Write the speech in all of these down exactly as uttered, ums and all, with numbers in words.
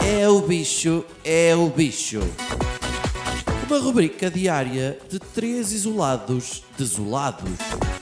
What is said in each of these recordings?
É o bicho, é o bicho. Uma rubrica diária de três isolados desolados.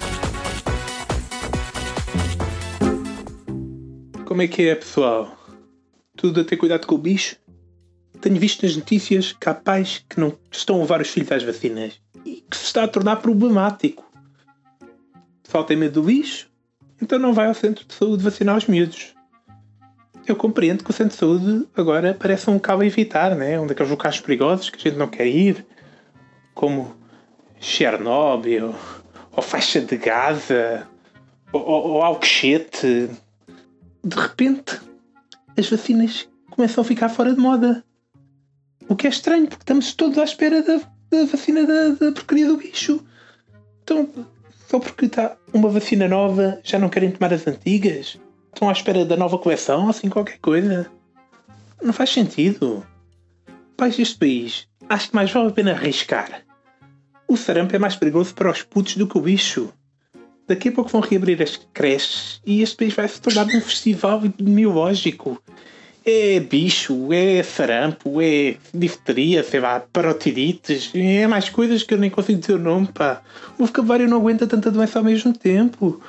Como é que é, pessoal? Tudo a ter cuidado com o bicho? Tenho visto nas notícias que há pais que não estão a levar os filhos às vacinas e que se está a tornar problemático. Falta medo do bicho, então não vai ao centro de saúde vacinar os miúdos. Eu compreendo que o centro de saúde agora parece um local a evitar, né? Um daqueles locais perigosos que a gente não quer ir, como Chernobyl, ou Faixa de Gaza, ou, ou, ou Alcochete. De repente, as vacinas começam a ficar fora de moda. O que é estranho, porque estamos todos à espera da, da vacina da, da porcaria do bicho. Então, só porque está uma vacina nova, já não querem tomar as antigas? Estão à espera da nova coleção, assim qualquer coisa? Não faz sentido. Pais deste país, acho que mais vale a pena arriscar. O sarampo é mais perigoso para os putos do que o bicho. Daqui a pouco vão reabrir as creches e este país vai se tornar um festival epidemiológico. É bicho, é sarampo, é difteria, sei lá, parotidites, é mais coisas que eu nem consigo dizer o nome, pá. O vocabulário não aguenta tanta doença ao mesmo tempo.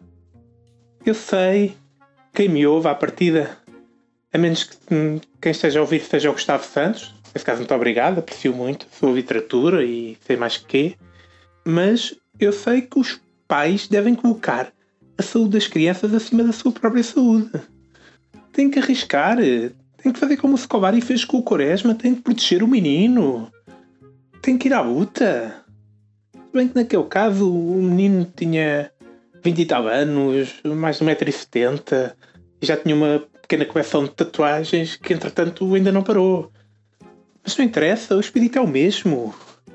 Eu sei, quem me ouve à partida, a menos que quem esteja a ouvir seja o Gustavo Santos, nesse caso muito obrigado, aprecio muito a sua literatura e sei mais que quê, mas eu sei que os pais devem colocar a saúde das crianças acima da sua própria saúde. Tem que arriscar, tem que fazer como o Scolari fez com o Quaresma, tem que proteger o menino, tem que ir à luta. Se bem que naquele caso o menino tinha vinte e tal anos, mais de um metro e setenta, e já tinha uma pequena coleção de tatuagens que entretanto ainda não parou. Mas não interessa, o espírito é o mesmo.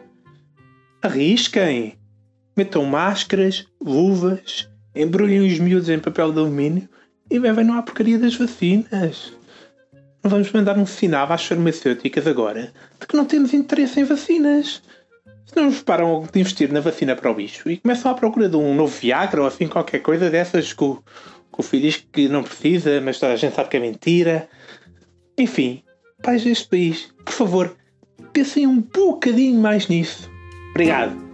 Arrisquem, metam máscaras, luvas, embrulhem os miúdos em papel de alumínio e bebem à porcaria das vacinas. Não vamos mandar um sinal às farmacêuticas agora de que não temos interesse em vacinas. Se não nos param de investir na vacina para o bicho e começam à procura de um novo Viagra ou assim qualquer coisa dessas que o, que o filho diz que não precisa, mas toda a gente sabe que é mentira. Enfim, pais deste país, por favor, pensem um bocadinho mais nisso. Obrigado.